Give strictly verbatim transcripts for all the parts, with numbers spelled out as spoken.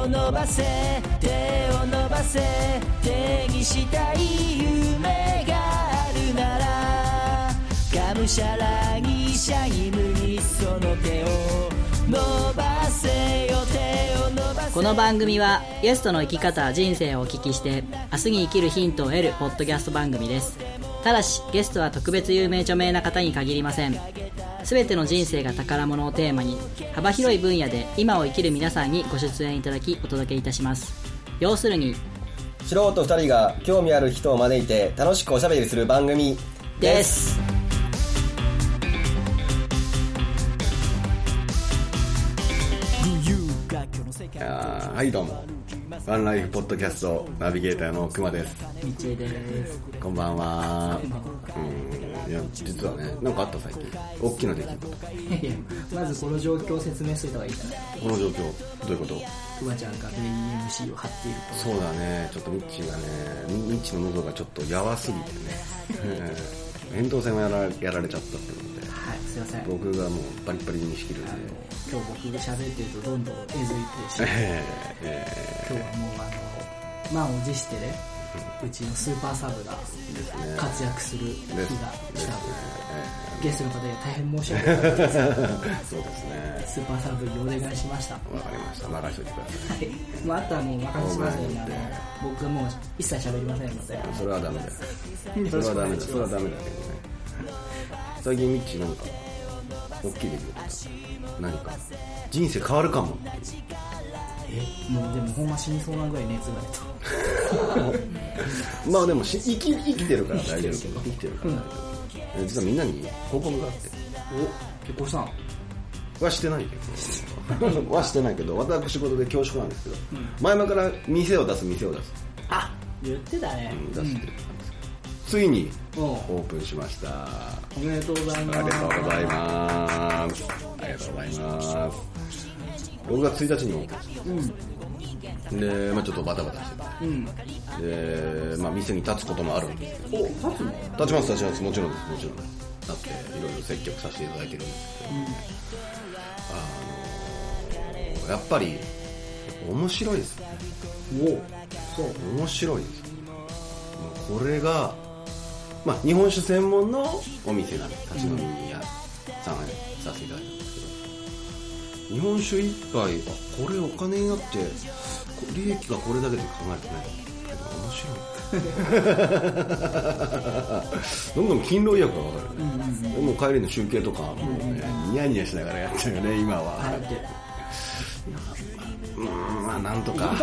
を伸ばせ手を伸ばせ手にしたい夢があるならがむしゃらにシャイムにその手を伸ばせよ手を伸ばせ。この番組はゲストの生き方人生をお聞きして明日に生きるヒントを得るポッドキャスト番組です。ただしゲストは特別有名著名な方に限りません。すべての人生が宝物をテーマに幅広い分野で今を生きる皆さんにご出演いただきお届けいたします。要するに素人ふたりが興味ある人を招いて楽しくおしゃべりする番組です。 はいどうもワンライフポッドキャストナビゲーターのくまです。 みちえです。 こんばんは。うんいや実はねなんかあった最近大きな出来事。 いやまずこの状況を説明するのがいいじゃない。 この状況どういうこと？ くまちゃんがメイン エムシー を張っていると。 そうだねちょっとミッチーがねミッチーの喉がちょっとやわすぎてね扁桃腺をやらやられちゃったってことで、 はい、すいません。 僕がもうバリッバリに仕切るんで今日僕が喋ってるとどんどんえずいてし、えーえー、今日はもうあの満を持してね、うん、うちのスーパーサブが活躍する日が来たので、ゲストの方には大変申し訳なかったですそうですねスーパーサブにお願いしました。 わかりました任せておいてください。はい、 まあ、あとはもう任せしますので、僕はもう一切喋りませんので。 それはダメだよそれはダメだそれはダメだけどね最近ミッチーなんか大きい出来事何か人生変わるかもっていう。 えもうでもほんま死にそうなぐらい熱が出たまあでもし生き生きてるから大丈夫生きてるから大丈夫、うん、実はみんなに報告があって。 お結婚したのはしてないけどはしてないけど私事で恐縮なんですけど、うん、前々から店を出す店を出すあ言ってたね、 うん、出してたんですけど、うん、ついにオープンしました。 おめでとうございます。 ありがとうございますありがとうございます。ろくがつついたちにオープンしました、うん、で、まあ、ちょっとバタバタしてて、うん、で、まあ、店に立つこともあるんですけど。 お立つの？ 立ちます立ちますもちろんですもちろんです。だっていろいろ積極させていただいてるんですけど、うん、あのやっぱり面白いですね。 おそう面白いです。もうこれがまあ日本酒専門のお店なんで立ち飲み屋さんさせていただいたんですけど、日本酒一杯あこれお金になって利益がこれだけで考えてない面白いどんどん勤労意欲が分かる、うんうんうん、もう帰りの集計とかもう、ねうん、ニヤニヤしながらやっちゃうよね今は、はい、うんまあなんとか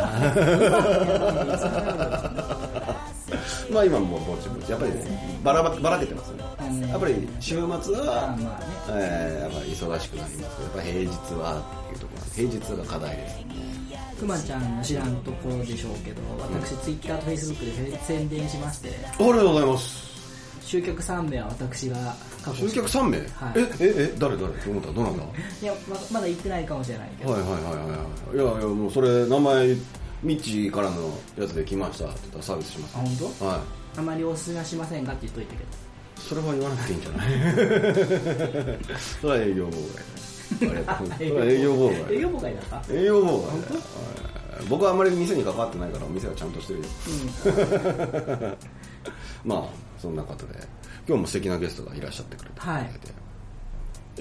まあ今もぼちぼちやっぱりねばらばらけてますね、うん、やっぱり週末は、まあねえー、やっぱり忙しくなりますけどやっぱり平日はっていうところなんで平日が課題ですね。 くまちゃんの知らんところでしょうけど私、うん、ツイッターとフェイスブックで宣伝しましてありがとうございます。 集客さんめいは私が確保して集客さんめい、はい、えええ誰誰どう思ったどうなんだいや ま, まだ言ってないかもしれないけどはいはいはいはいいやいやもうそれ名前ミッチーからのやつで来ましたって言ったらサービスします。 あ本当？ はいあまりおすすめしませんかって言っといたけどそれは言わなくていいんじゃないそれは営業妨害ありがとうそれは営業妨害営業妨害だった営業妨害本当？僕はあんまり店に関わってないからお店はちゃんとしてるよ、うん、まあそんなことで今日も素敵なゲストがいらっしゃってくれて、はい、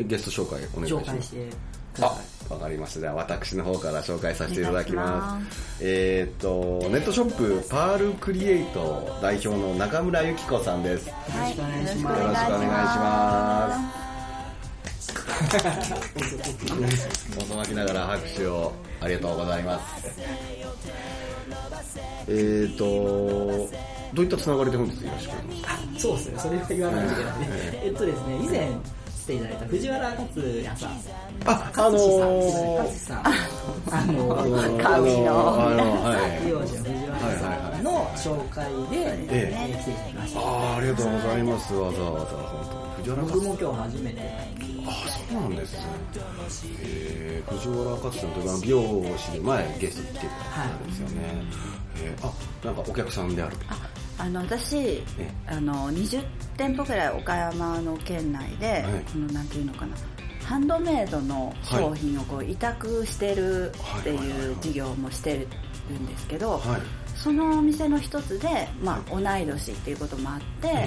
ゲスト紹介お願いします。 紹介してあ、わかりました。では私の方から紹介させていただきます。えー、っとネットショップパールクリエイト代表の中村由紀子さんです。 はい、よろしくお願いします。 よろしくお願いします。遅まきながら拍手をありがとうございます。えー、っとどういったつながりで本日いらっしゃいますか？ あ、そうですね。それは言わないといけないね。えっとですね、以前していただいた藤原克也さん、 あ、あのー、 勝さん、あのー、カウシの、 あの、はい、美容師の藤原さんの紹介で、ええ、来ていただきました。 あ、ありがとうございます。わざわざ本当に藤原僕も今日初めて。 あ、そうなんですね。えー、藤原克さんというか美容師で前ゲストに来ていただいたんですよね。はい、えー、あ、なんかお客さんである。 ああの私あのにじゅってんぽぐらい岡山の県内で、はい、このなんていうのかなハンドメイドの商品をこう委託してるっていう事業もしてるんですけど、 はい、 そのお店の一つで、まあ、同い年っていうこともあって、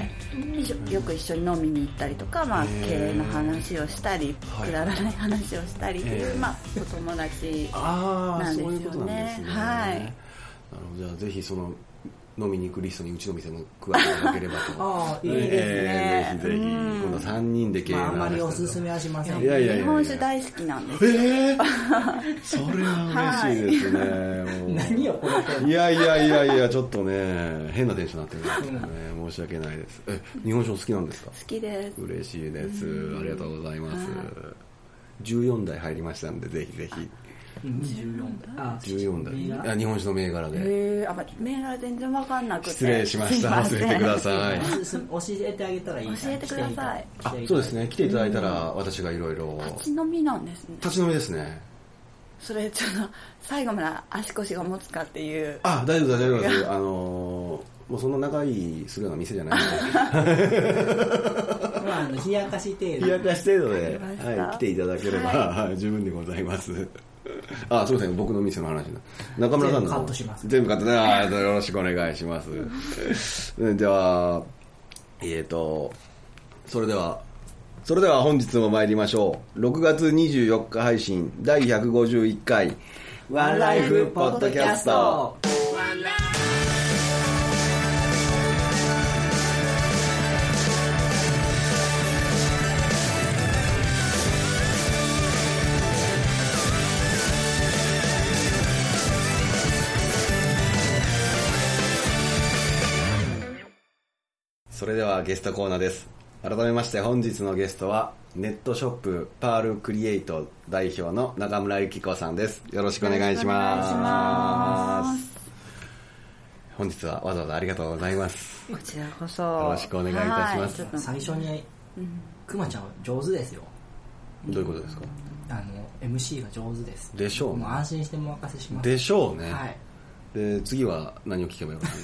よく一緒に飲みに行ったりとか、まあ、経営の話をしたり、くだらない話をしたりっていう、まあ、お友達なんですよね。 そういうことなんですね。 はい。 なるほど。じゃあぜひその飲みに行くリストにうちの店も加えていただければと。 ああ、いいですね。 えー、ぜひぜひ、今度さんにんで経営の話、 まあ、あんまりおすすめはしません。 いやいやいやいや、 日本酒大好きなんですよ。 えー、それは嬉しいですね。もう何よこれ。 いやいやいやいや、ちょっとね、変なテンションになってるんですけどね、申し訳ないです。え、日本酒お好きなんですか？ 好きです。 嬉しいです。ありがとうございます。じゅうよんだい入りましたんで、ぜひぜひ。 じゅうよんだい。あ、 じゅうよんだい。あ、日本酒の銘柄で。 へえ、あ、銘柄全然わかんなくて。 失礼しました。忘れてください。 教えてあげたらいい。 教えてください。 あ、そうですね。来ていただいたら、私がいろいろ。 立ち飲みなんですね。 立ち飲みですね。 それちょっと最後まで足腰が持つかっていう。 あ、大丈夫です、大丈夫です。あのー、もうそんな仲いいするような店じゃないので。 まあ、あの、冷やかし程度。 冷やかし程度で、はい、来ていただければ、はい、十分でございます。あ、そうですね、僕の店の話だ。中村さんの。 全部カットします。 全部カットね。あ、よろしくお願いします。では、えーと、それでは、それでは本日も参りましょう。ろくがつにじゅうよっか配信だいひゃくごじゅういっかいワンライフポッドキャスト。 それではゲストコーナーです。改めまして本日のゲストはネットショップパールクリエイト代表の中村ゆき子さんです。よろしくお願いします。本日はわざわざありがとうございます。 こちらこそよろしくお願いいたします。 最初に、うん、くまちゃん上手ですよ。 どういうことですか？ あの エムシー が上手です。 でしょうね。 もう安心してもお任せします。 でしょうね。 はい。 で次は何を聞けばよろし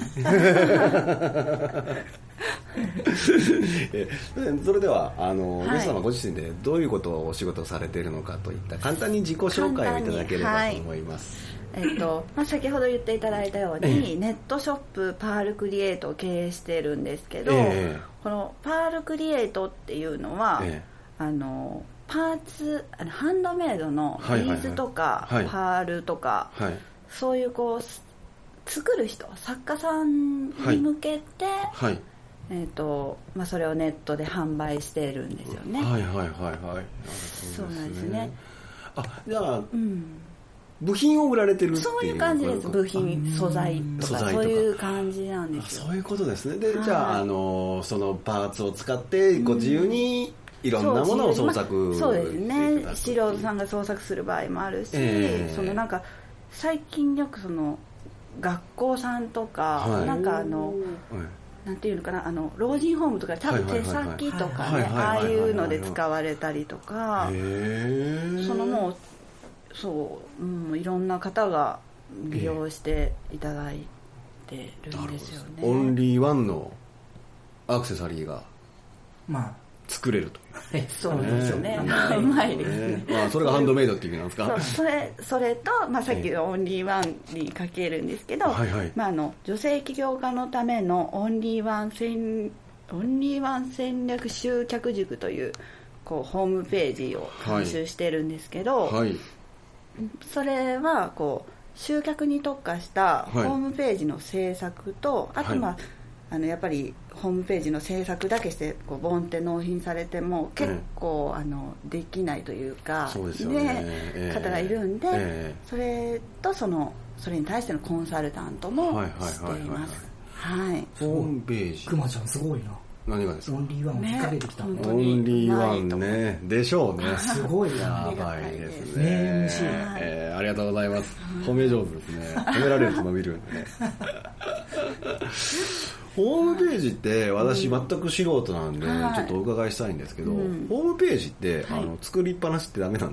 いそれではあの、はい、ゲスト様ご自身でどういうことをお仕事されているのかといった簡単に自己紹介をいただければと思います。 はい、えっとまあ、先ほど言っていただいたようにネットショップパールクリエイトを経営しているんですけど、えー、このパールクリエイトっていうのは、えー、あのパーツあのハンドメイドのビーズとか、はいはいはい、パールとか、はい、そういうこう作る人作家さんに向けて、はいはい、えーとまあ、それをネットで販売しているんですよね。 はいはいはいはい。 そうなんですね。 あ、じゃあ、うん、部品を売られてるっていう。 そういう感じです。部品、素材とかそういう感じなんですよ。 そういうことですね。で、はい、じゃあ、あのそのパーツを使ってご自由にいろんなものを創作、 まあ、そうですね。素人さんが創作する場合もあるし、えー、そのなんか最近よくその学校さんとか、はい、なんかあの、はい、なんていうのかな、あの老人ホームとか多分手先とかね、ああいうので使われたりとか、そのもうそう、うん、いろんな方が利用していただいてるんですよね。 オンリーワンのアクセサリーがまあ作れるという。そうですよね。うまいですね。 まあそれがハンドメイドっていう意味なんですか？ そう、それそれとまあさっきのオンリーワンにかけるんですけど、はいはい、まああの女性起業家のためのオンリーワン戦オンリーワン戦略集客塾というこうホームページを監修してるんですけど、はいはい、それはこう集客に特化したホームページの制作と、はい、あとまあ、はい、あのやっぱりホームページの制作だけしてこうボンって納品されても結構、うん、あのできないというかそうですよね、 ねえー、 方がいるんで、 えー、 それとそのそれに対してのコンサルタントもしています。はい。 ホームページ。 くまちゃんすごいな。 何がですか？ オンリーワンを引っ掛けてきた、ね、 オンリーワンねでしょうね。 すごいな。 やばいですね。ね、えー、ありがとうございます。褒め上手ですね。褒められると伸びるんでね。ホームページって私全く素人なんでちょっとお伺いしたいんですけど、うん、ホームページって、はい、あの作りっぱなしってダメなんですか？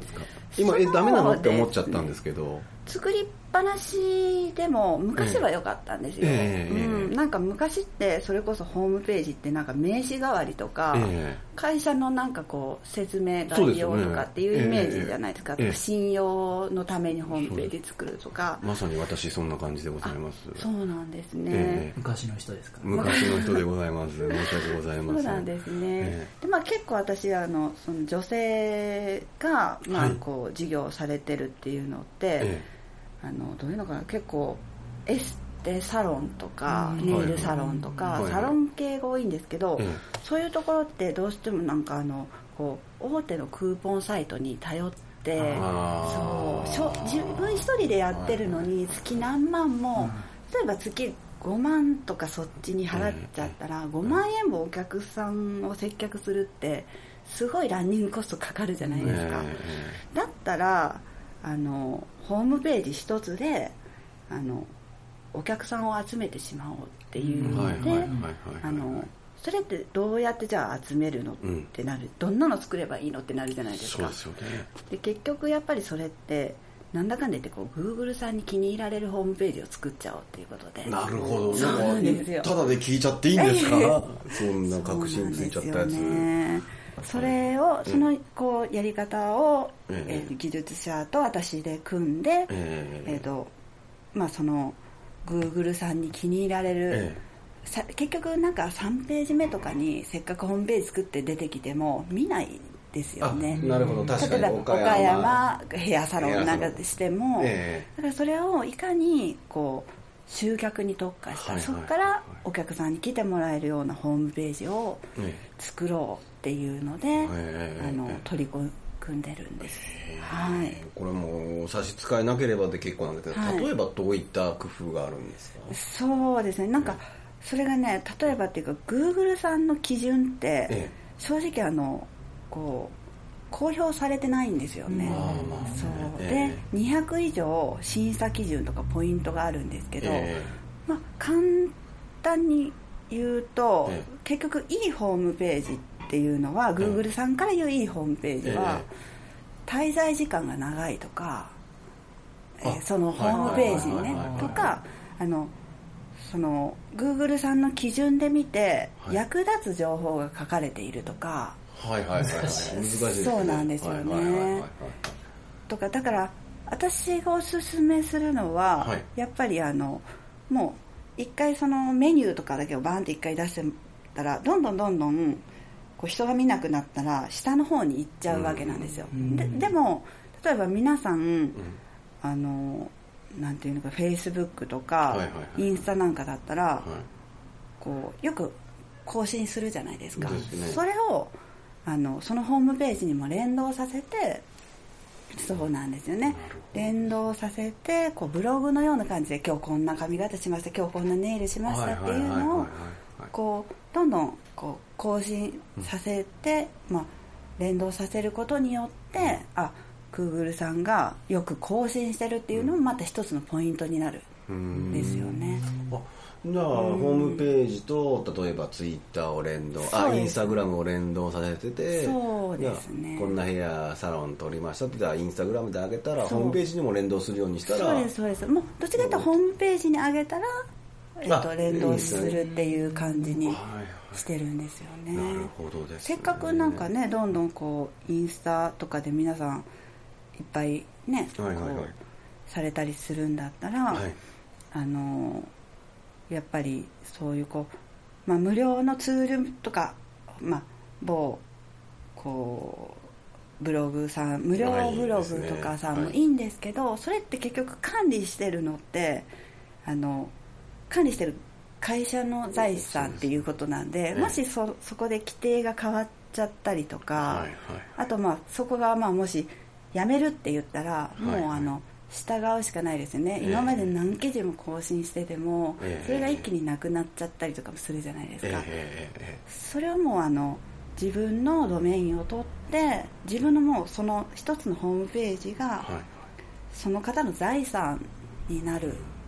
今えダメなのって思っちゃったんですけど、 作りっぱなしでも昔は良かったんですよ、えーうん、なんか昔ってそれこそホームページってなんか名刺代わりとか、えー、会社のなんかこう説明概要とかっていうイメージじゃないですか、えーえー、信用のためにホームページ作るとか、 まさに私そんな感じでございます。 そうなんですね、 えー、昔の人ですか、 昔の人でございます申し訳ございません。 そうなんですね、えー、で、まあ、結構私あのその女性がまあこう事業をされてるっていうのって、えーあのどういうのかな、結構エステサロンとか、うん、ネイルサロンとか、はいはい、サロン系が多いんですけど、はいはい、そういうところってどうしてもなんかあのこう大手のクーポンサイトに頼ってそうしょ自分一人でやってるのに月何万も、うん、例えば月ごまんとかそっちに払っちゃったら、うん、ごまんえんもお客さんを接客するってすごいランニングコストかかるじゃないですか、うん、だったらあのホームページ一つであのお客さんを集めてしまおうっていうので、あのそれってどうやってじゃあ集めるのってなる、うん、どんなの作ればいいのってなるじゃないですか。 そうですよね。 で結局やっぱりそれってなんだかんだ言ってこう Google さんに気に入られるホームページを作っちゃおうっていうことで。 なるほど。 そうなんですよ。 ただで聞いちゃっていいんですかそんな確信ついちゃったやつ。 それをそのこうやり方を、えー、技術者と私で組んで、えーえーとまあ、その Google さんに気に入られる、えー、さ結局なんかさんページ目とかにせっかくホームページ作って出てきても見ないですよね。 なるほど、確かに。 例えば岡山、岡山ヘアサロンなんかしても、えー、だからそれをいかにこう集客に特化した、はいはいはいはい、そこからお客さんに来てもらえるようなホームページを作ろうっていうので、えー、あの取り組んでるんです、えーはい、 これも差し支えなければで結構なんだけど、はい、例えばどういった工夫があるんですか？ そうですね、なんかそれがね、例えばっていうか Google さんの基準って正直あのこう公表されてないんですよね。そうでにひゃく以上審査基準とかポイントがあるんですけど、えーまあ、簡単に言うと、えー、結局いいホームページっていうのは、えー、Google さんから言ういいホームページは、えー、滞在時間が長いとか、えー、そのホームページにねとか、あのその Google さんの基準で見て、はい、役立つ情報が書かれているとか、 はいはいはい、難しいですね。 そうなんですよね、はいはいはいはい、とかだから私がおすすめするのは、はい、やっぱりあのもう一回そのメニューとかだけをバーンって一回出してたらどんどんどんどんこう人が見なくなったら下の方に行っちゃうわけなんですよ、うん、で, でも例えば皆さん、うん、あのなんていうのか Facebook とか、はいはいはい、インスタなんかだったら、はい、こうよく更新するじゃないですか。ですね、それをあのそのホームページにも連動させて、そうなんですよね、連動させてこうブログのような感じで今日こんな髪型しました、今日こんなネイルしましたっていうのをこうどんどんこう更新させて、うんまあ、連動させることによって、うん、あGoogle さんがよく更新してるっていうのもまた一つのポイントになるんですよね。 あじゃあ、うん、ホームページと例えばツイッターを連動、あインスタグラムを連動させてて、 そうですね、 こんなヘアサロン撮りましたって言ったらインスタグラムで上げたらホームページにも連動するようにしたら、 そうですそうです、もうどっちかというとホームページに上げたら、えっと、連動するっていう感じにしてるんですよね。 なるほどですね。 せっかくなんかねどんどんこうインスタとかで皆さんいっぱいね、はいはいはい、こうされたりするんだったら、はい、あのやっぱりそういうこう、まあ、無料のツールとか、まあ、某こうブログさん無料ブログとかさんもいいんですけど、はいはい、それって結局管理してるのってあの管理してる会社の財産っていうことなんで、もし そ, そこで規定が変わっちゃったりとか、はいはい、あとまあそこがまあもしやめるって言ったら、もうあの、はいはい従うしかないですよね、えー、今まで何記事も更新してても、えー、それが一気になくなっちゃったりとかもするじゃないですか、えー、それをもうあの自分のドメインを取って自分のもうその一つのホームページが、はい、その方の財産になる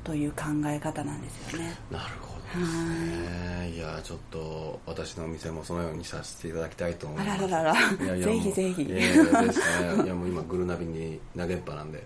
という考え方なんですよね。 なるほどですね。いやちょっと私のお店もそのようにさせていただきたいと思います。 あらららら、 いやいやぜひぜひ。 いやいやですね。いやもう今グルナビに投げっぱなんで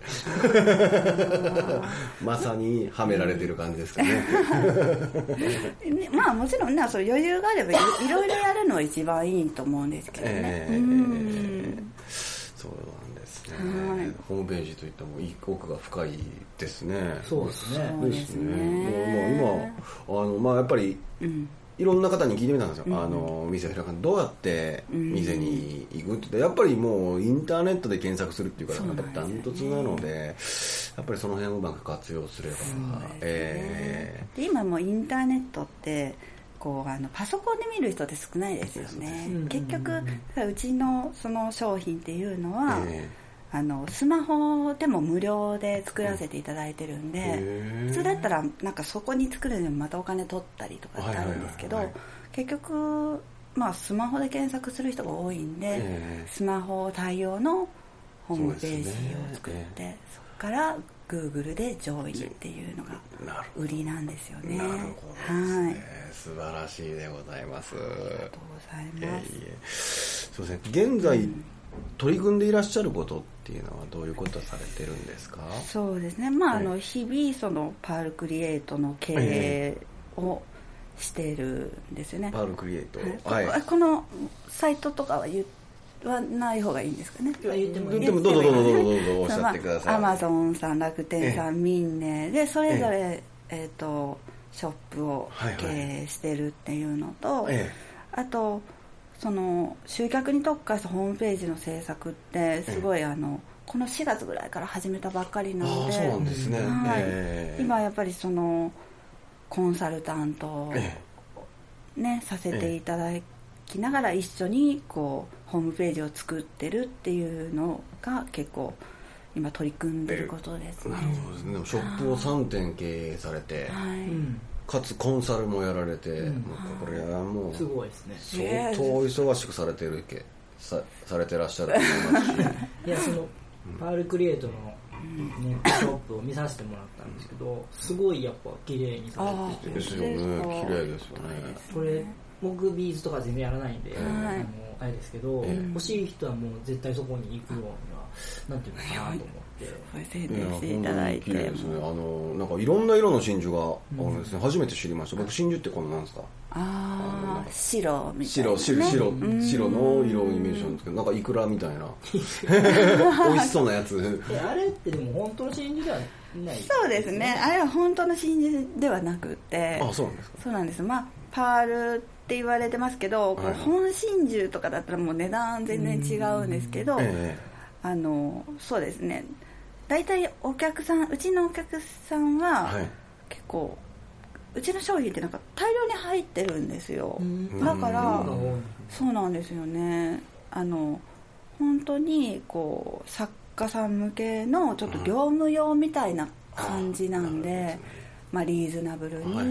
まさにはめられてる感じですかね。 ね、まあもちろんね、そう余裕があれば い, いろいろやるのは一番いいと思うんですけどね。えー、うんそうなんですね、はい、ホームページといっても奥が深いですね。 そうですね。 そうですね。もう今あのまあやっぱり、うんいろんな方に聞いてみたんですよ、うん、あの店を開くどうやって店に行くって言ってやっぱりもうインターネットで検索するっていうからやっぱダントツなのでやっぱりその辺をうまく活用すれば、えー、 で今もうインターネットってこうあのパソコンで見る人って少ないですよね。結局うちのその商品っていうのは、えーあのスマホでも無料で作らせていただいてるんで、普通だったらなんかそこに作るのにまたお金取ったりとかってあるんですけど、結局、まあ、スマホで検索する人が多いんで、スマホ対応のホームページを作って、そこから Google で上位っていうのが売りなんですよね。 なるほどですね、はい、素晴らしいでございます。ありがとうございます。 いえいえそうですね、現在、うん取り組んでいらっしゃることっていうのはどういうことをされてるんですか？ そうですね、まあ、あの日々そのパールクリエイトの経営をしてるんですよね。 パールクリエイト、 はいはい、こ, このサイトとかは言わない方がいいんですかね？ 言ってもいいでもどうぞどうぞどうぞどうぞおっしゃってください。 アマゾンさん、楽天さん、ミンネでそれぞれ、えー、とショップを経営してるっていうのと、はいはい、あとその集客に特化したホームページの制作ってすごい、ええ、あのこのしがつぐらいから始めたばっかりなので、 そうなんですね、 はいえー、 今やっぱりそのコンサルタントを、ねえー、させていただきながら一緒にこうホームページを作ってるっていうのが結構今取り組んでることですね。 なるほどですね。でもショップをさんてん経営されて、はい、うんかつコンサルもやられて、うん、もうこれはもうすごいですね。 相当忙しくされてるけさ, されてらっしゃると思いますしいやそのパールクリエイトのネットショップを見させてもらったんですけどすごいやっぱ綺麗にされててですよね。綺麗ですよね。 これ僕ビーズとか全然やらないんで、はい、あのあれですけど、えー、欲しい人はもう絶対そこに行くようにはなんていうのかなと思って宣伝していただいて、 綺麗ですね。あのなんかいろんな色の真珠があるんですね、うん、初めて知りました。僕真珠ってこのなんですか？ ああ白みたいな、 ね、白白白白の色をイメージしたんですけどなんかイクラみたいな美味しそうなやつあれってでも本当の真珠ではない？ そうですね、あれは本当の真珠ではなくて、 あ、そうなんですか？ そうなんです。まあパールって言われてますけど、はい、本真珠とかだったらもう値段全然違うんですけど、えー、あのそうですね、大体お客さんうちのお客さんは、はい、結構うちの商品ってなんか大量に入ってるんですよ。だからそうなんですよね。あの本当にこう作家さん向けのちょっと業務用みたいな感じなんで、まあ、リーズナブルに、はいはい、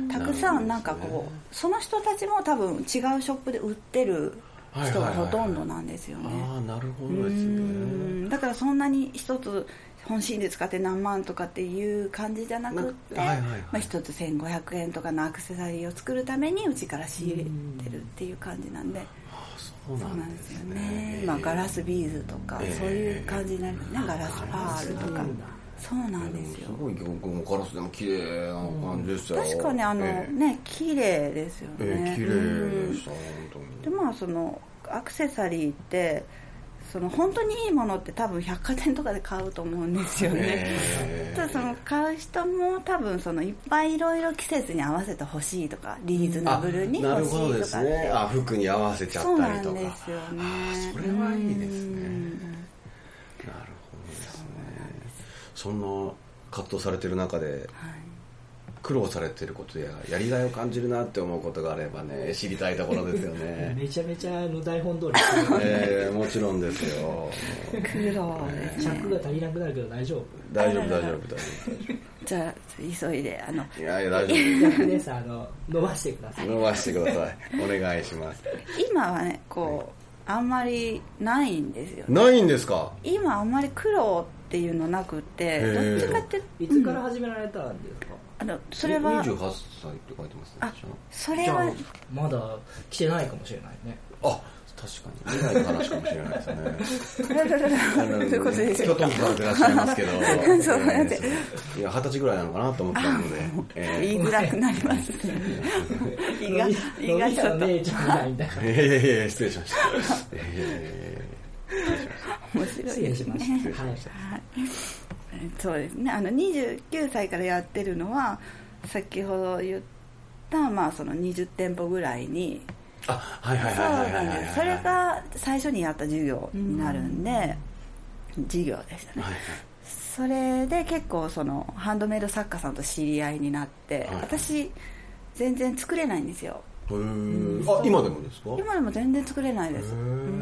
たくさんなんかこうその人たちも多分違うショップで売ってる人がほとんどなんですよね。 ああ、なるほどですね。 だからそんなに一つ本真珠使って何万とかっていう感じじゃなくって、はいはいはい、まあ、一つせんごひゃくえんとかのアクセサリーを作るためにうちから仕入れてるっていう感じなんで、 そうなんですね。 そうなんですよね。まあ、ガラスビーズとか、えー、そういう感じになるね。ガラスパールとか。そうなんですよ。 すごいガラスでも綺麗な感じでしたよ。 確かにあの、えー、ね綺麗ですよね。 えー、綺麗でした、うん、本当に。 でまあそのアクセサリーってその本当にいいものって多分百貨店とかで買うと思うんですよね。えー、ただその買う人も多分そのいっぱいいろいろ季節に合わせて欲しいとかリーズナブルに欲しいとかって、なるほどですね。 あ、服に合わせちゃったりとか。 そうなんですよね。 それはいいですね。なるほどですね。そんな葛藤されてる中で、はい、苦労されてることややりがいを感じるなって思うことがあればね知りたいところですよね。 めちゃめちゃの台本通りですね。 えー、もちろんですよ。 苦労ですね。 尺が足りなくなるけど大丈夫？ 大丈夫大丈夫大丈夫。 じゃあ急いであのいやいや大丈夫。 逆ですあの伸ばしてください。 伸ばしてください。お願いします。 今はねこう、はい、 あんまりないんですよ、 ね、ないんですか。 今あんまり苦労っていうのなくて、どっちかっていつから始められたんですか？ あのそれはにじゅうはっさいって書いてますね。 あ、それはまだ来てないかもしれないね。 あ、確かに未来の話かもしれないですね。 どういうことですか？ 京都府されてらっしゃいますけどそうやって、 いや二十歳ぐらいなのかなと思ったので、 えー、言いづらくなりますね。胃が胃がちょっと姉ちゃんみたいな。 いやいやいや失礼しました。えー、面白いですね。 失礼しました。はい。 そうですね。あのにじゅうきゅうさいからやってるのは先ほど言ったまあそのにじゅってんぽぐらいに。 あ、はいはいはいはいはいはい。 それが最初にやった授業になるんで、うん、授業でしたね、はいはい、それで結構そのハンドメイド作家さんと知り合いになって、はいはい、私全然作れないんですよ。 へー、あ、今でもですか？ 今でも全然作れないです、うん、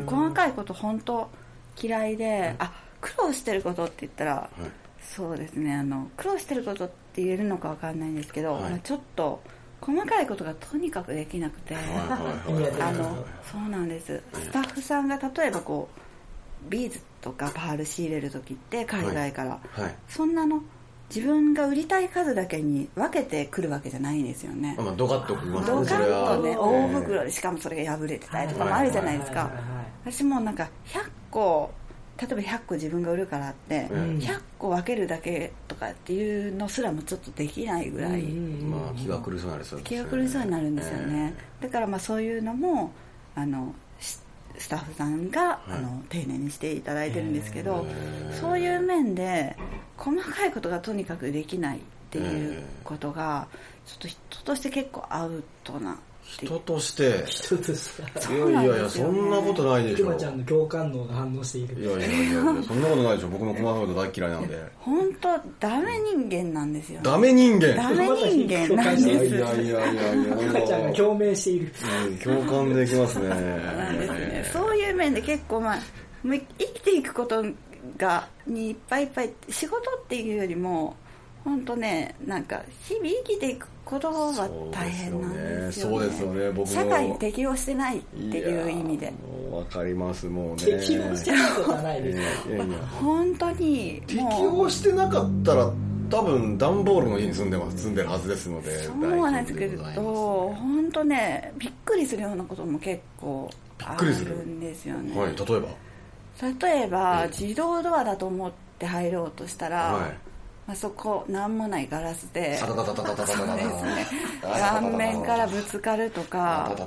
細かいこと本当嫌いで、うん、あ、苦労してることって言ったら、はい、そうですね、あの苦労してることって言えるのか分かんないんですけど、はい、まあ、ちょっと細かいことがとにかくできなくて、あのそうなんです。スタッフさんが例えばこうビーズとかパール仕入れる時って海外から、はいはい、そんなの自分が売りたい数だけに分けてくるわけじゃないんですよね。 まあ、ドカッとくるますね。 ドカッとね、大袋でしかもそれが破れてたりとかもあるじゃないですか。私もなんかひゃっこ、例えばひゃっこ自分が売るからって、うん、ひゃっこ分けるだけとかっていうのすらもちょっとできないぐらい、うん、 まあ、気が狂いそうになりそうですね。 気が狂いそうになるんですよね、えー、だからまあそういうのもあのスタッフさんが、はい、あの丁寧にしていただいてるんですけど、えー、そういう面で細かいことがとにかくできないっていうことがちょっと人として結構アウトな、 人として人としていやいやいや、そんなことないでしょ。 くまちゃんの共感能が反応している。 いやいやいやいや、そんなことないでしょ。僕も細かいこと大嫌いなんで。 本当ダメ人間なんですよ、ね、 ダメ人間ダメ人間なんです。いやいやいやいやいや、 くまちゃんが共鳴している、 うん、共感できますね。 なんですね。そういう面で結構、まあ、生きていくことがにいっぱいいっぱい、仕事っていうよりも本当ね、なんか日々生きていくことが大変なんですよね。 そうですよね。僕も社会に適応してないっていう意味で。 わかります。もうね。 適応してないことはないですよ。 いやいや本当に適応してなかったら多分段ボールの家に住んでます住んでるはずですので。 そうなんですけど、本当ね、びっくりするようなことも結構あるんですよね。 はい。例えば。 例えば、自動ドアだと思って入ろうとしたら。はい、まあ、そこ何もないガラスでそうですね、顔面からぶつかるとか、あと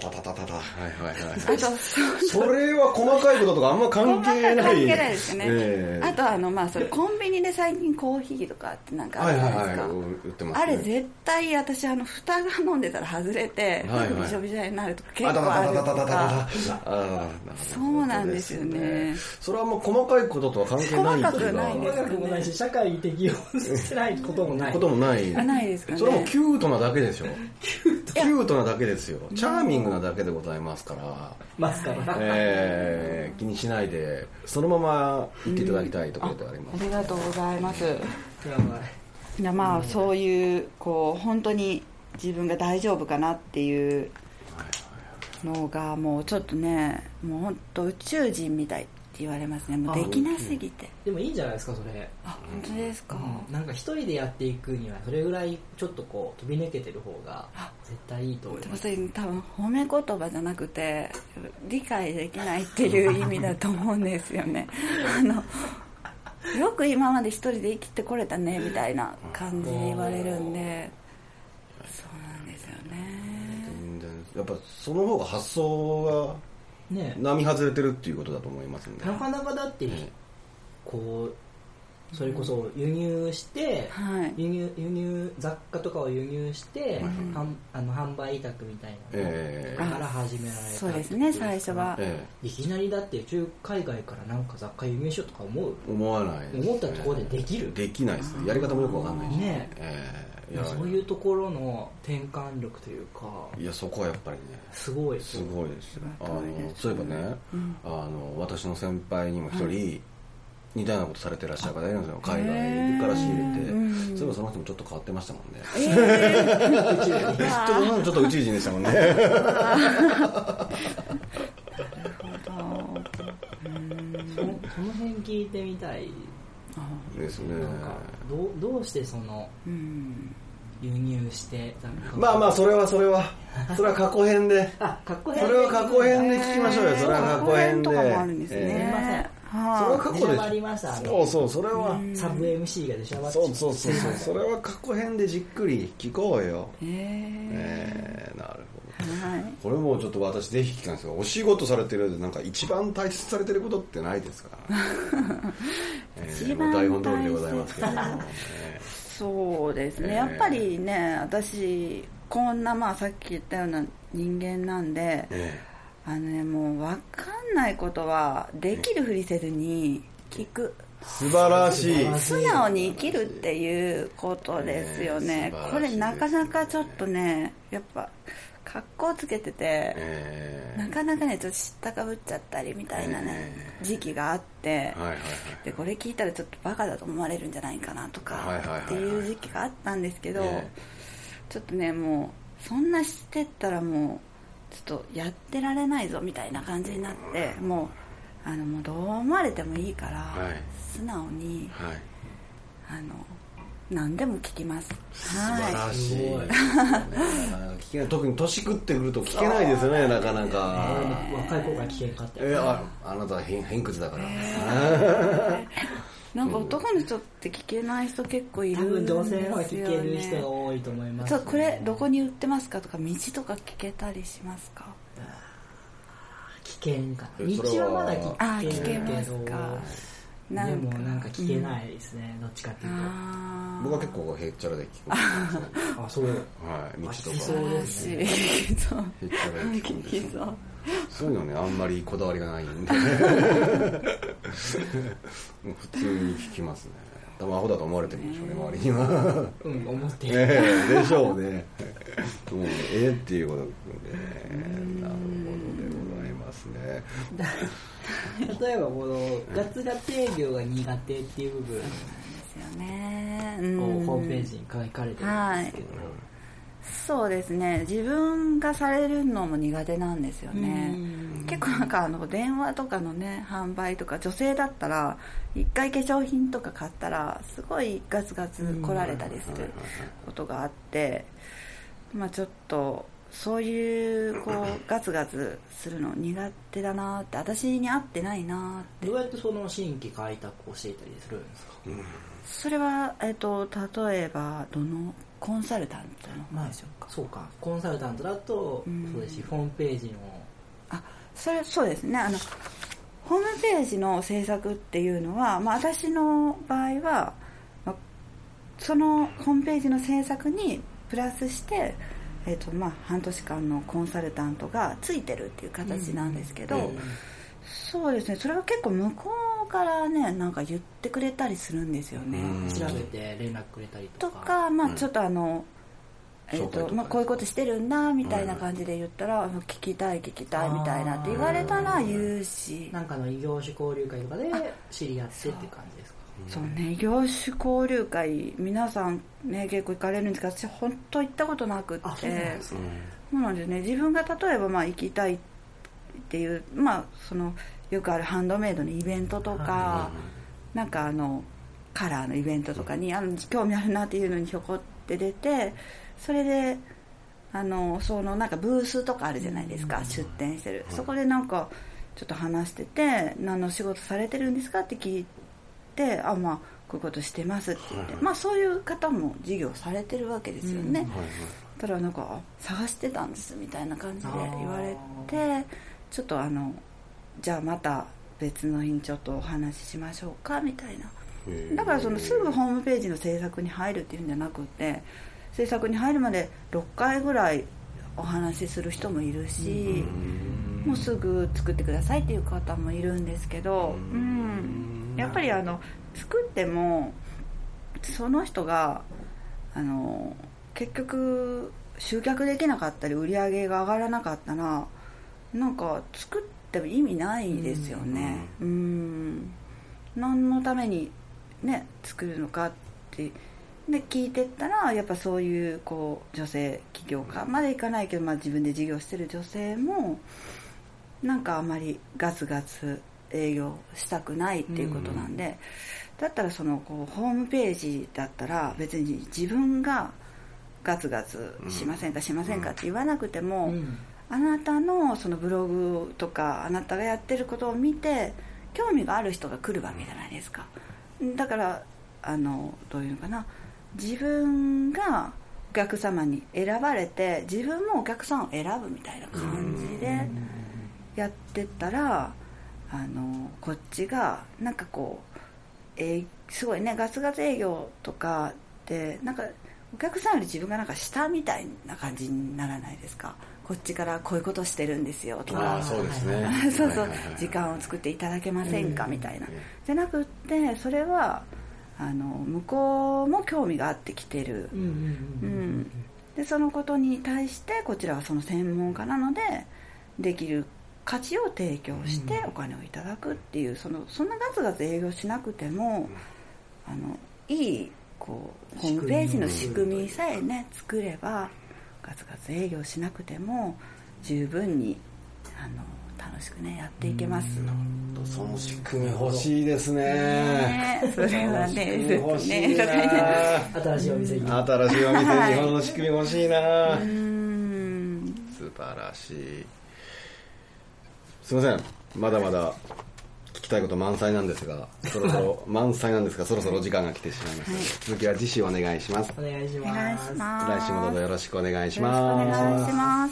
それは細かいこととかあんま関係ない。 関係ないですね、えー、あとあの、まあ、それコンビニで最近コーヒーとかってなんかあるじゃないですか、はいはいはい、売ってますね、あれ絶対私あの蓋が飲んでたら外れて、はいはい、びしょびしょになるとか結構あるとか。そうなんですよね。 それはもう細かいこととは関係ない細かくないです細かくもないし、社会に適応してないこともないこともない。 ないですかね。 それはもうキュートなだけでしょ。キュートキュートなだけですよ。チャーミングなだけでございますから。 ますから。 えー、気にしないでそのまま言っていただきたいところであります。 ありがとうございます。いや、まあそういうこう本当に自分が大丈夫かなっていうのがもうちょっとね、もう本当宇宙人みたいって言われますね。もうできなすぎて。 でもいいんじゃないですかそれ。 あ、本当ですか、 うん、なんか一人でやっていくにはそれぐらいちょっとこう飛び抜けてる方が絶対いいと思います。 でもそれ多分褒め言葉じゃなくて理解できないっていう意味だと思うんですよね。あのよく今まで一人で生きてこれたねみたいな感じで言われるんで、そうなんですよね。 やっぱその方が発想がね、並外れてるっていうことだと思いますんで、 なかなかだって、ね、こうそれこそ輸入して、うん、輸入輸入雑貨とかを輸入して、うん、あの販売委託みたいなの、えー、から始められた。 そうですね、最初は、 えー、いきなりだって中海外からなんか雑貨輸入しようとか思う思わないです、ね、 思ったところでできるできないですね。やり方もよくわかんないしね、えーいやそういうところの転換力というか、 いやそこはやっぱりねすごいすごいですよ。あのそういえばね、うん、あの私の先輩にも一人、はい、似たようなことされてらっしゃる方いるんですよ。海外から仕入れて、うん、そういえばその人もちょっと変わってましたもんね。えー、ちょっと宇宙人でしたもんね。なるほど。 その辺聞いてみたいですね。 なんかどうどうしてその、うん、輸入してまあまあそれはそれはそれは過去編であ過去編それは過去編で聞きましょうよ。それは過去編で。 過去編とかもあるんですね。 すみません。 それは過去でありました。 そうそうそれはサブ エムシー がでしょ。 そうそうそうそうそれは過去編でじっくり聞こうよ。えー、えー、なるほど、はい、これもちょっと私ぜひ聞きたいんですけど、お仕事されてるでなんか一番大切されてることってないですか？えー、もう台本通りでございますけど、ね、 そうですね、えー、やっぱりね私こんなまあさっき言ったような人間なんで、えーあのね、もう分かんないことはできるふりせずに聞く。 素晴らしい。 素直に生きるっていうことですよね。えー、これなかなかちょっとね、やっぱ格好つけてて、えー、なかなかねちょっと知ったかぶっちゃったりみたいなね、えー、時期があって、はいはいはい、でこれ聞いたらちょっとバカだと思われるんじゃないかなとかっていう時期があったんですけど、えー、ちょっとねもうそんなしてったらもうちょっとやってられないぞみたいな感じになって、もうあのもうどう思われてもいいから、はい、素直に、はい、あの何でも聞きます。 素晴らしい、はい、聞けない。特に年食ってくると聞けないですよね、なかなか、 えー、若い子が聞けんかった、 えー、あ, あなたは偏偏屈だから、 えー、なんか男の人って聞けない人結構いるんですよね。 多分女性は聞ける人が多いと思います、ね、 これどこに売ってますかとか道とか聞けたりしますか？ 聞けんかな。道はまだ聞けるけど、でもなんか聞けないですね、うん、どっちかっていうと。 僕は結構へっちゃらで聞くあ、そう、はい、 道とかそうですね、へっちゃらで聞くんですよ。そういうのね、あんまりこだわりがないんでもう普通に聞きますね。多分アホだと思われてるんでしょうね、周りには。 うん、思ってる、 えー、でしょうね。もうええっていうことで、ね、なるほどでございますね。 例えばこのガツガツ営業が苦手っていう部分ですよね、 うん、ホームページに書かれてるんですけど、はい、 そうですね、自分がされるのも苦手なんですよね。結構なんかあの電話とかのね販売とか、女性だったら一回化粧品とか買ったらすごいガツガツ来られたりすることがあって、まあちょっとそういうこうガツガツするの苦手だなって、私に合ってないなって。 どうやってその新規開拓を教えたりするんですか？うん、 それは、えっと、例えばどのコンサルタントの方でしょうか？ まあ、そうか、コンサルタントだと、うん、そうですし、ホームページのあそれそうですね、あのホームページの制作っていうのは、まあ、私の場合は、まあ、そのホームページの制作にプラスして、えーとまあ、半年間のコンサルタントがついてるっていう形なんですけど、うんうん、そうですね、それは結構向こうからねなんか言ってくれたりするんですよね。 調べて連絡くれたりとかとか、まあ、ちょっとあの、えーとまあ、こういうことしてるんだみたいな感じで言ったら、聞きたい聞きたいみたいなって言われたら言うし、 なんかの異業種交流会とかで知り合ってっていう感じですか？ そうね、異業種交流会皆さんね結構行かれるんですけど、私本当行ったことなくって。そうなんですね。そうなんですね。自分が例えばまあ行きたいっていう、まあそのよくあるハンドメイドのイベントとか、なんかあのカラーのイベントとかにあの興味あるなっていうのにひょこって出て、それであのそのなんかブースとかあるじゃないですか、出店してる、そこでなんかちょっと話してて、何の仕事されてるんですかって聞いて、あまあこういうことしてますって言って、まあそういう方も事業されてるわけですよね。ただなんか探してたんですみたいな感じで言われて、ちょっとあのじゃあまた別の日にちょっとお話ししましょうかみたいな。だからそのすぐホームページの制作に入るっていうんじゃなくて、制作に入るまでろっかいぐらいお話しする人もいるし、もうすぐ作ってくださいっていう方もいるんですけど、うん、やっぱりあの作ってもその人があの結局集客できなかったり売り上げが上がらなかったら、なんか作っても意味ないですよね。うん、うん、何のためにね作るのかってで聞いてったら、やっぱそういうこう女性起業家までいかないけど、まあ、自分で事業してる女性もなんかあまりガツガツ営業したくないっていうことなんで、うん、だったらそのこうホームページだったら別に自分がガツガツしませんか、うん、しませんかって言わなくても、うん、あなたのそのブログとかあなたがやってることを見て興味がある人が来るわけじゃないですか。だからあのどういうのかな、自分がお客様に選ばれて自分もお客さんを選ぶみたいな感じでやってったら、あのこっちがなんかこう、えー、すごいねガツガツ営業とかってなんかお客さんより自分がなんか下みたいな感じにならないですか。こっちからこういうことしてるんですよとか、 あ、そうですねそうそう、時間を作っていただけませんかみたいな、じゃなくってそれはあの向こうも興味があってきてる、うんうんうん、でそのことに対してこちらはその専門家なのでできる価値を提供してお金をいただくっていう、そのそんなガツガツ営業しなくてもあのいいこうホームページの仕組みさえね作ればガツガツ営業しなくても十分にあの楽しくねやっていけます。 その仕組み欲しいですね。 ね、それはね、 欲しいな。 新しいお店に。 新しいお店にはい、 日本の仕組み欲しいな。 うーん、 素晴らしい。すいません、まだまだ聞きたいこと満載なんですが、そろそろ満載なんですが、そろそろ時間が来てしまいました。はい、続きは次週お願いします。 お願いします。 お願いします。 来週もどうぞよろしくお願いします。 よろしくお願いします。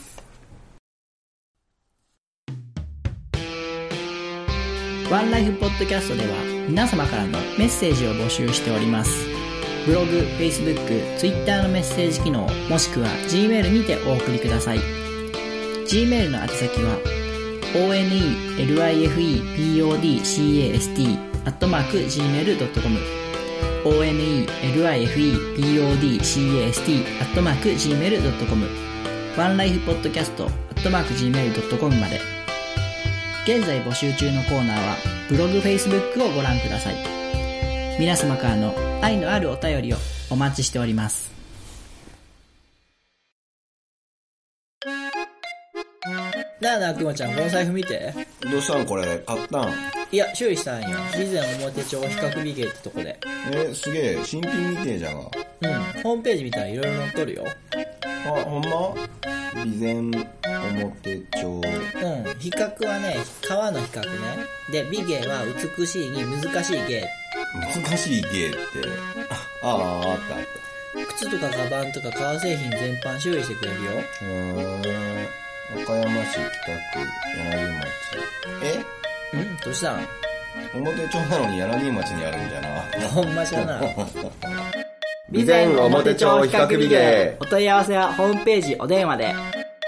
ワンライフポッドキャストでは皆様からのメッセージを募集しております。ブログ、Facebook、Twitter のメッセージ機能、もしくは Gmail にてお送りください。Gmail の宛先は オーエヌイーエルアイエフイーピーオーディーシーエーエスティー アットマーク ジーメールドットコム オーエヌイーエルアイエフイーピーオーディーシーエーエスティー アットマーク ジーメールドットコム ワンライフポッドキャスト アットマーク ジーメールドットコム まで。現在募集中のコーナーはブログ、Facebook をご覧ください。皆様からの愛のあるお便りをお待ちしております。なあなあくまちゃん、この財布見て。 どうしたんこれ、買ったん？ いや、修理したんよ。備前表帳比較美芸ってとこで。 え、すげえ、新品みてえじゃが。 うん、ホームページ見たらいろいろ載っとるよ。 あ、ほんま？備前表帳。 うん、比較はね、川の比較ね。で、美芸は美しいに難しい芸。 難しい芸って、ああ、あったあった。 靴とかカバンとか革製品全般修理してくれるよ。 うーん。岡山市北区柳町。 え？ん？どうしたん？ 表町なのに柳町にあるんじゃな。 ほんまじゃな。 備前表町比較美芸。 お問い合わせはホームページお電話で。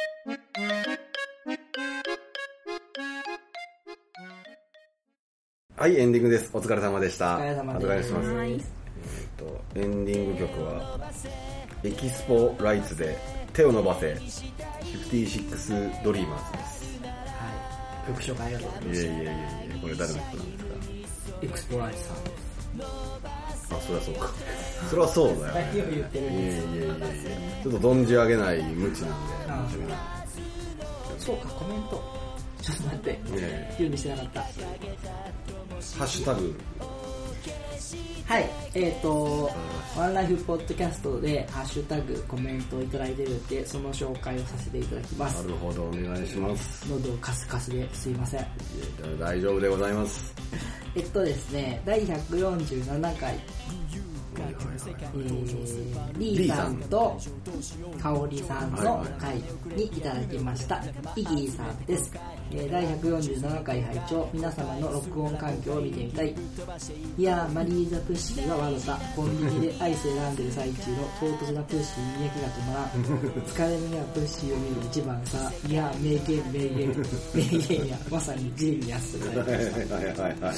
はい、エンディングです。お疲れ様でした。 お疲れ様です。 お願いします。えーと、エンディング曲はエキスポライツで手を伸ばせフィフティーシックスドリーマーズです。 はい。曲紹介ありがとうございます。 いやいやいやいや、これ誰の曲なんですか？ エクスポライツさんです。 あ、そりゃそうか。そりゃそうだよ、ね。 何を言ってるんですか？ いやいやいやいや、ちょっと存じ上げない無知なんで。 ああ、そうか、コメント。ちょっと待って。準備してなかった。 ハッシュタグ。 はい、えっ、ー、と、ワンライフポッドキャストでハッシュタグ、コメントをいただいてるので、その紹介をさせていただきます。 なるほど、お願いします。 喉カスカスですいません。いや大丈夫でございます。 えっとですね、だいひゃくよんじゅうななかい、えー、リーさんとかおりさんの回にいただきました。イギーさんです。えー、だいひゃくよんじゅうななかい拝聴。皆様の録音環境を見てみたい。いやー、マリーザプッシーは悪さ。コンビニでアイス選んでる最中の唐突なプッシーに焼きが止まらん。疲れ目はプッシーを見る一番さ。いやー、名言名言名言や、まさにジーニアス。 はいはいはいはいはいはいはい。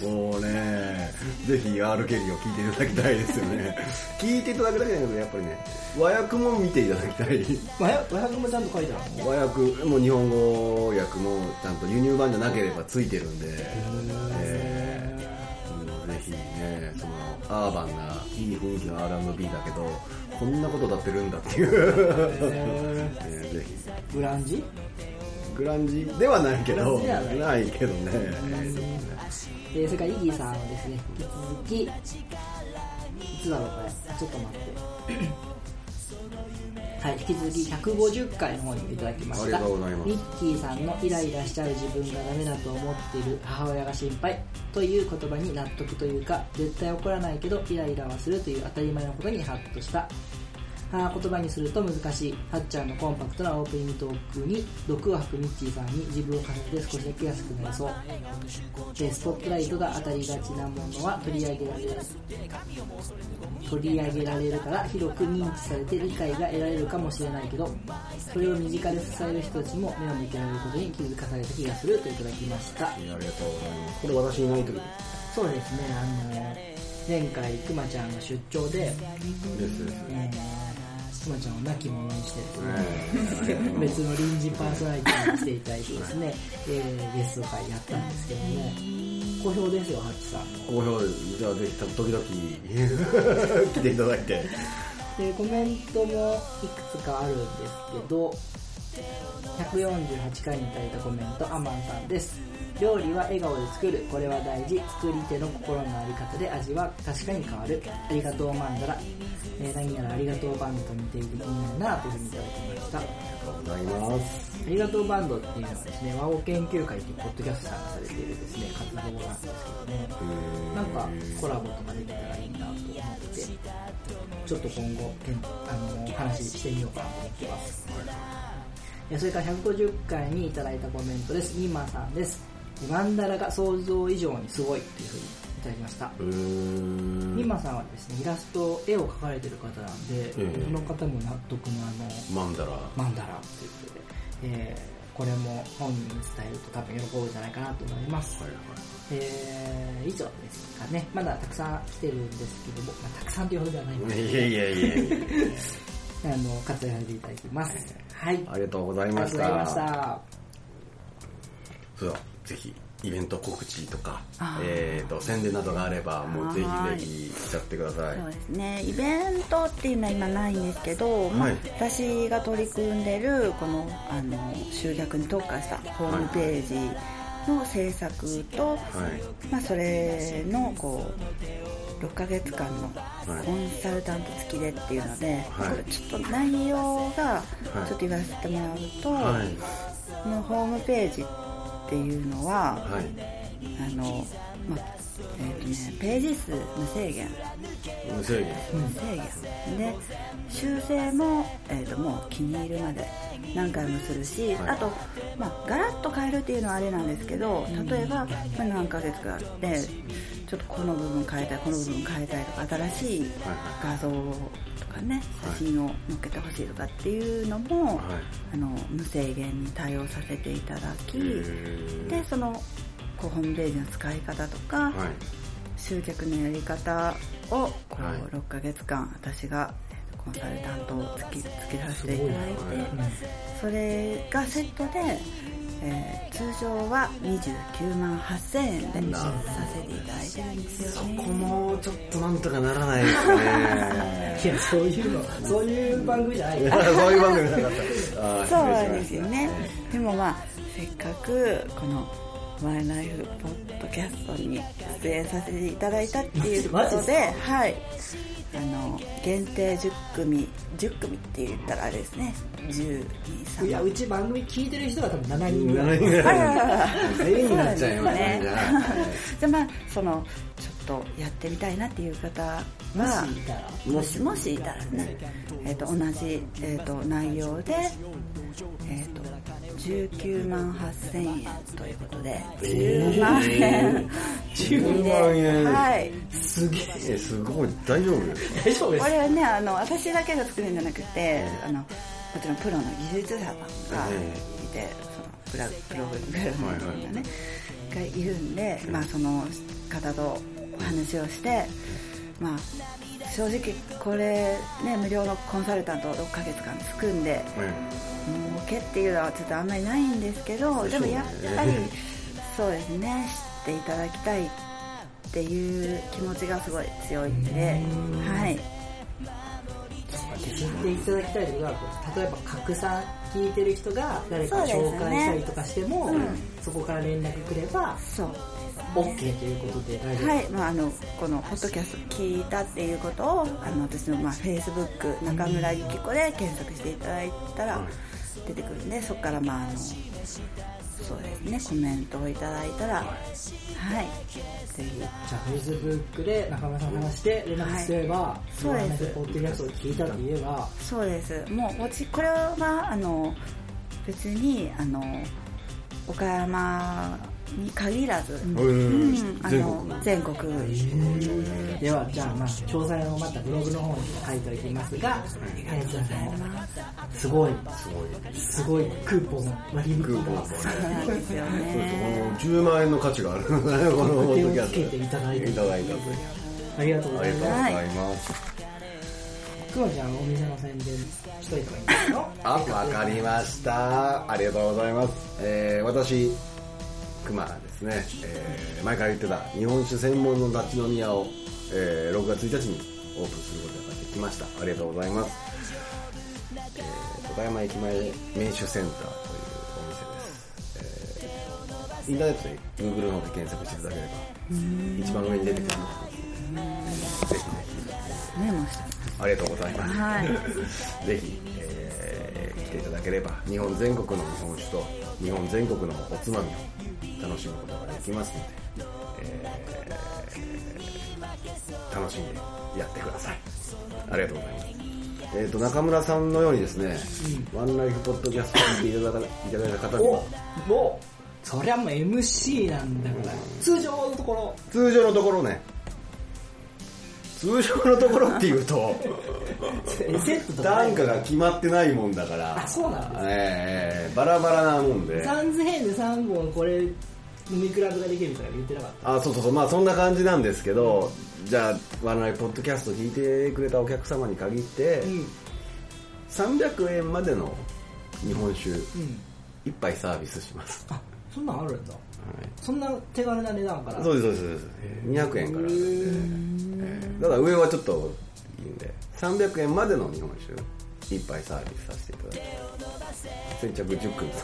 もうね、ぜひ R ケリーを聞いていただきたいですよね。聞いていただくだけじゃなくて、やっぱりね、和訳も見ていただきたい。 和訳、和訳もちゃんと書いてあるの？ 和訳も日本語訳もちゃんと輸入版じゃなければついてるんで、えー、ぜひね、そのアーバンないい雰囲気の アールアンドビー だけど、こんなことだってるんだっていう、えー、ぜひグランジ？ グランジではないけどないけどね。 えー、それからイギーさんはですね、引き続きいつだろうこれちょっと待ってはい、引き続きひゃくごじゅっかいの方にいただきました。 ありがとうございます。 ミッキーさんのイライラしちゃう自分がダメだと思っている母親が心配という言葉に納得というか、絶対怒らないけどイライラはするという当たり前のことにハッとした。あ言葉にすると難しい。はっちゃんのコンパクトなオープニングトークに毒を吐くミッチーさんに自分を重ねて少しだけ安くなりそう。でスポットライトが当たりがちなものは取り上げられる取り上げられるから広く認知されて理解が得られるかもしれないけど、それを身近で支える人たちも目を向けられることに気づかされた気がするといただきました。 ありがとうございます。これ私にないときそうですね、あの前回くまちゃんが出張でですです、えー、くまちゃんを亡き者にしてですね別の臨時パーソナリティに来ていただいてですね、えー、ゲスト会やったんですけども好評ですよ、ハッチさん。 好評です。じゃあぜひ時々来ていただいてでコメントもいくつかあるんですけど、ひゃくよんじゅうはちかいにいただいたコメント、アマンさんです。料理は笑顔で作る、これは大事。作り手の心のあり方で味は確かに変わる。ありがとうマンダラ、えー、何やらありがとうバンドと似ていて気になるなというふうにいただきました。 ありがとうございます。 ありがとうバンドっていうのはですね、和音研究会というポッドキャストさんがされているですね活動なんですけども、なんかコラボとかできたらいいなと思ってちょっと今後あの話してみようかなと思ってます。それからひゃくごじゅっかいにいただいたコメントです。ミマさんです。マンダラが想像以上にすごいというふうにいただきました。ミマさんはですね、イラスト絵を描かれてる方なんで、えー、この方も納得のあのマンダラマンダラということで、えー、これも本人に伝えると多分喜ぶんじゃないかなと思います。はいはい、えー、以上ですかね。まだたくさん来てるんですけども、まあ、たくさんというほどではないんですけど、 いやいやいやいやあの活躍させていただきます。はい。 ありがとうございました。 ありがとうございました。 そうだ、ぜひイベント告知とか、えーと宣伝などがあればもうぜひぜひしちゃってください。 そうですね。イベントっていうのは今ないんですけど、はい、まあ、私が取り組んでるこのあの集客に特化したホームページの制作と、はい、まあそれのこうろっかげつかんのコンサルタント付きでっていうので、はい、これちょっと内容がちょっと言わせてもらうと、はい、このホームページっていうのは、はい、あの、まあえーとね、ページ数無制限無制限無制限で修正も、えーと、もう気に入るまで何回もするし、はい、あと、まあ、ガラッと変えるっていうのはあれなんですけど、例えば、まあ、何ヶ月かあってちょっとこの部分変えたいこの部分変えたいとか新しい画像とかね、写真を載っけてほしいとかっていうのも、はい、あの無制限に対応させていただき、でそのこうホームページの使い方とか、はい、集客のやり方をこう、はい、ろっかげつかん私がコンサルタントをつきつけさせていただいて、それがセットで、えー、通常はにじゅうきゅうまんはっせんえんでさせていただいてるんですよね。 そこもちょっとなんとかならないですね。 いや、そういうのそういう番組じゃないそういう番組じゃなかったそうなんですよね。でもまあせっかくこのマイライフポッドキャストに出演させていただいたっていうことで、はい、あの限定じゅっくみじゅっくみって言ったらあれですね、じゅうに、さん、 いや、うち番組聞いてる人が多分ななにんぐらい全員になっちゃいますね。 じゃあまあそのちょっとやってみたいなっていう方はもしもしいたらね、えー、と同じ、えー、と内容で、えー、とじゅうきゅうまんはっせんえんということでじゅうまんえん、 じゅうまんえん、 はい、 すげえ、すごい、大丈夫ですか？ 大丈夫です。 これはね、あの私だけが作るんじゃなくて、あのもちろんプロの技術者さんがいて、そのプログラムがね、がいるんで、まあその方とお話をして、まあ正直これね、無料のコンサルタントをろっかげつかん組んで、儲けっていうのはちょっとあんまりないんですけど、でもやっぱりそうですね、知っていただきたいっていう気持ちがすごい強いんで、はい、 知っていただきたいということは、例えば拡散聞いてる人が誰か紹介したりとかしても そ,、ねうん、そこから連絡くればそう OK ということで大丈夫ですか？ はい、まあ、あのこのポッドキャスト聞いたっていうことをあの私の、まあ、Facebook 中村ゆき子で検索していただいたら出てくるんで、そこからまああのそうですね、コメントをいただいたら、はい、ぜひ。 じゃあ、Facebook で中村さんの話して連絡すれば、はい、 そうです。 ポッドキャストを聞いたと言えば、 そうです。もう、これは、あの、別に、あの、岡山に限らず、うん、あの全国、 全国では、じゃあ、まあ、詳細をまたブログの方に書いておきますが、ありがとうございます。すごい、すごいクーポン、割引が。そうなんですよね。 じゅうまん円の価値があるのね、このポッドキャスト。 手をつけていただいて。 いただいたありがとうございます。ありがとうございます。 くまちゃん、お店の宣伝しといてもいいですか？ あ、わかりました。ありがとうございます。えー、私、くまですね、えー、前から言ってた日本酒専門の立ち飲み屋を、えー、ろくがつついたちにオープンすることができました。ありがとうございます。えー、岡山駅前名酒センターというお店です。えー、インターネットで Google の方で検索していただければ一番上に出てくるので、ぜひぜひメモしたありがとうございます。 はい、 ぜひ、えー、来ていただければ日本全国の日本酒と日本全国のおつまみを楽しむことができますので、えー、楽しんでやってください。ありがとうございます。えっ、ー、と中村さんのようにですね、うん、ワンライフポッドキャストを聞いていただいた方にも、 もうそりゃもう エムシー なんだから、うん、通常のところ通常のところね。通常のところっていうと単価が決まってないもんだから、 あ、そうなんですね、 えー、バラバラなもんでさんぜんえんでさんぼんこれ飲み比べができるとか言ってなかった？ あ、そうそうそう、まあそんな感じなんですけど、うん、じゃあワンライフポッドキャスト聞いてくれたお客様に限って、うん、さんびゃくえんまでの日本酒いっぱいサービスします。 あ、そんなんあるんだ、はい、そんな手軽な値段から？ そうですそうですそうです。にひゃくえんからあるんで、ただ上はちょっといいんでさんびゃくえんまでの日本酒いっぱいサービスさせていただきます。先着じゅっくんです。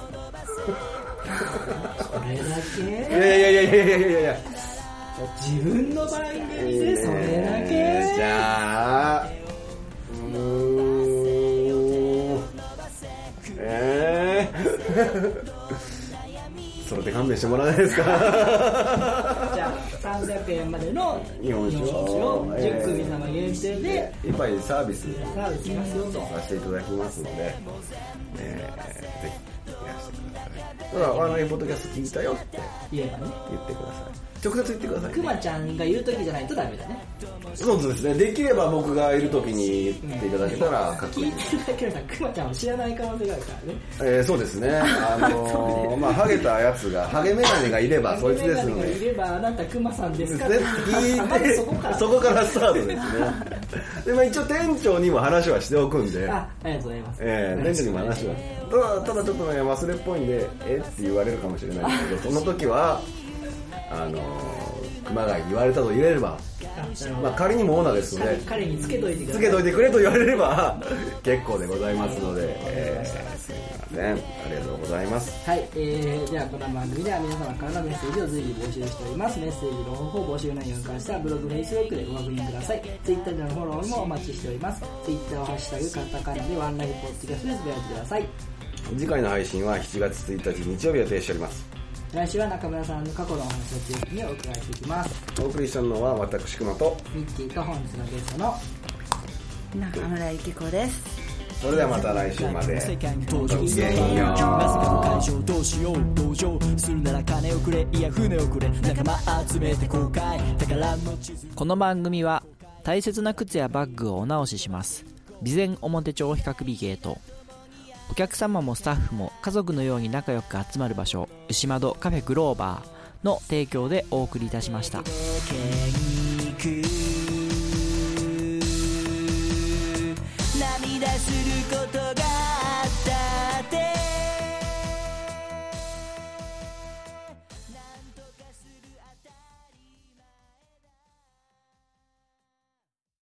それだけ？ いやいやいやいやいやいやいや、 自分の番組でそれだけ、 えー、じゃあうーんえーそれで勘弁してもらえないですか？ じゃあさんびゃくえんまでの日本酒をじゅっくみ様限定でいっぱいサービスサービスしますよとさせていただきますので、えー、ぜひいらしてください。ただワンライフポッドキャスト聞いたよって言えばね、 言ってください。直接言ってください。 くまちゃんが言う時じゃないとダメだね。 そうですね。できれば僕がいる時に言っていただけたら、 うん、聞いてるだけでさ、くまちゃんを知らない可能性があるからね。 えー、そうですね。あのー、まあハゲたやつが、ハゲメガネがいればそいつですので。 ハゲメガネがいればあなたくまさんですかって聞いて、そこからそこからスタートですね。でまあ一応店長にも話はしておくんで。 あ、ありがとうございます。 えー、店長にも話は。ただただちょっとね忘れっぽいんで、えって言われるかもしれないですけど、その時はあのー。熊谷に言われたと言えれば、まあ、仮にもオーナーですので彼につけといてくれつけといてくれと言われれば結構でございますので、えー、すみません、ありがとうございます。 はい、えー、じゃあこの番組では皆様からのメッセージを随時募集しております。メッセージの方法、募集内容に関してはブログ、フェイスブックでご確認ください。ツイッターでのフォローもお待ちしております。ツイッターをハッシュタグカタカナでワンライフポッドキャストでつぶやいてください。 次回の配信はしちがつついたち日曜日を予定しております。 来週は中村さんの過去のお話を中心にお伺いしていきます。 お送りしたのは私熊とミッキーと本日のゲストの中村ゆき子です。 それではまた来週まで。ごきげんよう。 まさかの会場どうしよう、同情するなら金をくれ、いや船をくれ、仲間集めて公開宝の地図。 この番組は大切な靴やバッグをお直しします備前表帳比較美ゲート。お客様もスタッフも家族のように仲良く集まる場所、牛窓カフェグローバーの提供でお送りいたしました。 涙することが